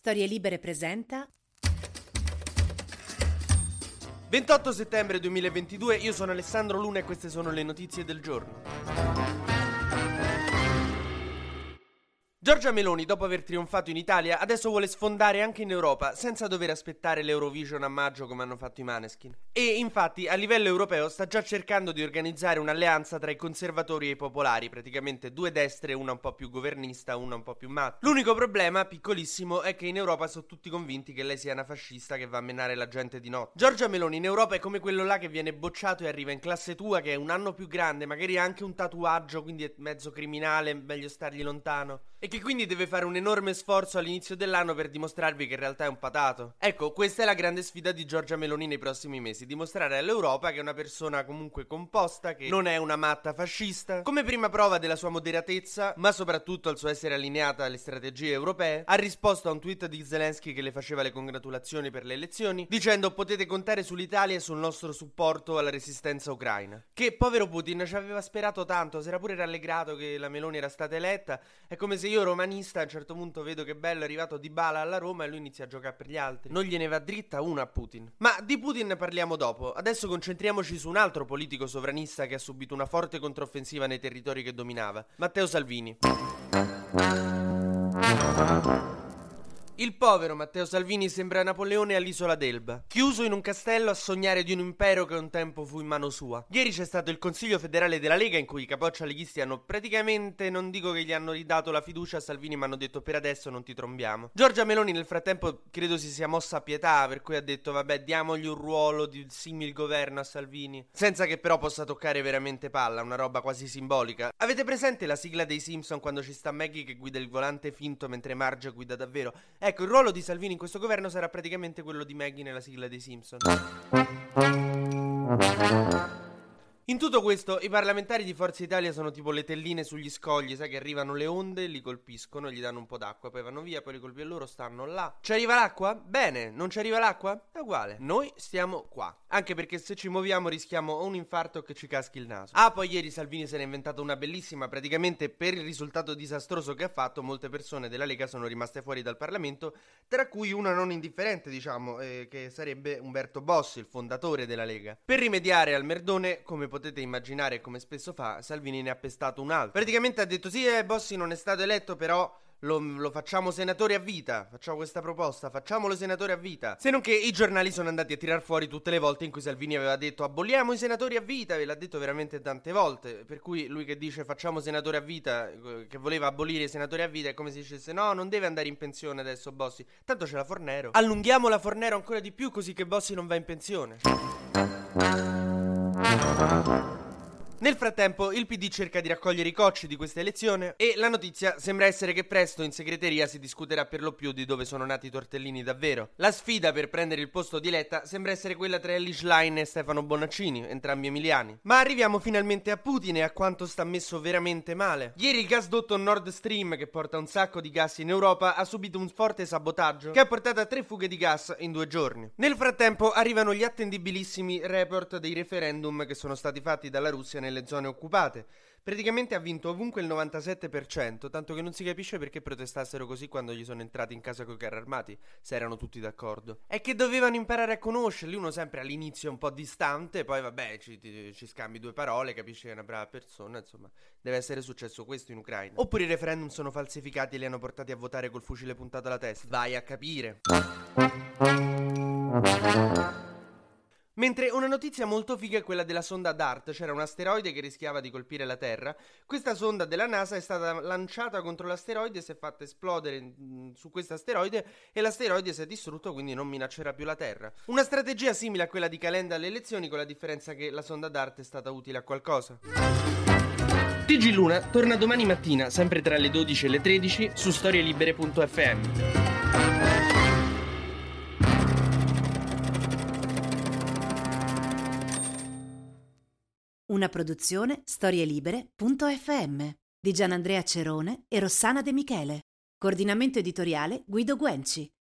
Storie Libere presenta 28 settembre 2022, io sono Alessandro Luna e queste sono le notizie del giorno. Giorgia Meloni, dopo aver trionfato in Italia, adesso vuole sfondare anche in Europa, senza dover aspettare l'Eurovision a maggio come hanno fatto i Maneskin. E infatti a livello europeo sta già cercando di organizzare un'alleanza tra i conservatori e i popolari, praticamente due destre, una un po' più governista, una un po' più matta. L'unico problema, piccolissimo, è che in Europa sono tutti convinti che lei sia una fascista che va a menare la gente di notte. Giorgia Meloni in Europa è come quello là che viene bocciato e arriva in classe tua, che è un anno più grande, magari ha anche un tatuaggio, quindi è mezzo criminale, meglio stargli lontano. E che quindi deve fare un enorme sforzo all'inizio dell'anno per dimostrarvi che in realtà è un patato. Ecco, questa è la grande sfida di Giorgia Meloni nei prossimi mesi: dimostrare all'Europa che è una persona comunque composta, che non è una matta fascista. Come prima prova della sua moderatezza, ma soprattutto al suo essere allineata alle strategie europee, ha risposto a un tweet di Zelensky che le faceva le congratulazioni per le elezioni, dicendo: potete contare sull'Italia e sul nostro supporto alla resistenza ucraina. Che povero Putin ci aveva sperato tanto, si era pure rallegrato che la Meloni era stata eletta. È come se io romanista a un certo punto vedo che bello è arrivato Dybala alla Roma e lui inizia a giocare per gli altri. Non gliene va dritta una a Putin. Ma di Putin parliamo dopo. Adesso concentriamoci su un altro politico sovranista che ha subito una forte controffensiva nei territori che dominava: Matteo Salvini. Il povero Matteo Salvini sembra Napoleone all'isola d'Elba, chiuso in un castello a sognare di un impero che un tempo fu in mano sua. Ieri c'è stato il Consiglio federale della Lega in cui i capoccia leghisti hanno praticamente, non dico che gli hanno ridato la fiducia a Salvini, ma hanno detto: per adesso non ti trombiamo. Giorgia Meloni nel frattempo credo si sia mossa a pietà, per cui ha detto: vabbè, diamogli un ruolo di simil governo a Salvini, senza che però possa toccare veramente palla, una roba quasi simbolica. Avete presente la sigla dei Simpson quando ci sta Maggie che guida il volante finto mentre Marge guida davvero? Ecco, il ruolo di Salvini in questo governo sarà praticamente quello di Maggie nella sigla dei Simpson. In tutto questo, i parlamentari di Forza Italia sono tipo le telline sugli scogli, sai che arrivano le onde, li colpiscono, gli danno un po' d'acqua, poi vanno via, poi li colpi e loro stanno là. Ci arriva l'acqua? Bene. Non ci arriva l'acqua? È uguale. Noi stiamo qua. Anche perché se ci muoviamo rischiamo o un infarto o che ci caschi il naso. Ah, poi ieri Salvini se ne è inventato una bellissima, praticamente per il risultato disastroso che ha fatto, molte persone della Lega sono rimaste fuori dal Parlamento, tra cui una non indifferente, diciamo, che sarebbe Umberto Bossi, il fondatore della Lega. Per rimediare al merdone, come potete immaginare, come spesso fa, Salvini ne ha pestato un altro. Praticamente ha detto: sì, Bossi non è stato eletto, però lo facciamo senatore a vita. Facciamo questa proposta, facciamolo senatore a vita. Se non che i giornali sono andati a tirar fuori tutte le volte in cui Salvini aveva detto: aboliamo i senatori a vita. Ve l'ha detto veramente tante volte. Per cui lui che dice facciamo senatore a vita, che voleva abolire i senatori a vita, è come se dicesse: no, non deve andare in pensione adesso Bossi, tanto c'è la Fornero. Allunghiamo la Fornero ancora di più così che Bossi non va in pensione. Nel frattempo il PD cerca di raccogliere i cocci di questa elezione e la notizia sembra essere che presto in segreteria si discuterà per lo più di dove sono nati i tortellini davvero. La sfida per prendere il posto di Letta sembra essere quella tra Elly Schlein e Stefano Bonaccini, entrambi emiliani. Ma arriviamo finalmente a Putin e a quanto sta messo veramente male. Ieri il gasdotto Nord Stream, che porta un sacco di gas in Europa, ha subito un forte sabotaggio che ha portato a 3 fughe di gas in 2 giorni. Nel frattempo arrivano gli attendibilissimi report dei referendum che sono stati fatti dalla Russia nelle zone occupate. Praticamente ha vinto ovunque il 97%, tanto che non si capisce perché protestassero così quando gli sono entrati in casa coi carri armati, se erano tutti d'accordo. È che dovevano imparare a conoscerli, uno sempre all'inizio è un po' distante, poi vabbè ci scambi 2 parole, capisci che è una brava persona, insomma, deve essere successo questo in Ucraina. Oppure i referendum sono falsificati e li hanno portati a votare col fucile puntato alla testa. Vai a capire. Mentre una notizia molto figa è quella della sonda DART. C'era un asteroide che rischiava di colpire la Terra. Questa sonda della NASA è stata lanciata contro l'asteroide, si è fatta esplodere su questo asteroide e l'asteroide si è distrutto, quindi non minaccerà più la Terra. Una strategia simile a quella di Calenda alle elezioni, con la differenza che la sonda DART è stata utile a qualcosa. TG Luna torna domani mattina, sempre tra le 12 e le 13, su storielibere.fm. Una produzione storielibere.fm di Gianandrea Cerone e Rossana De Michele. Coordinamento editoriale Guido Guenci.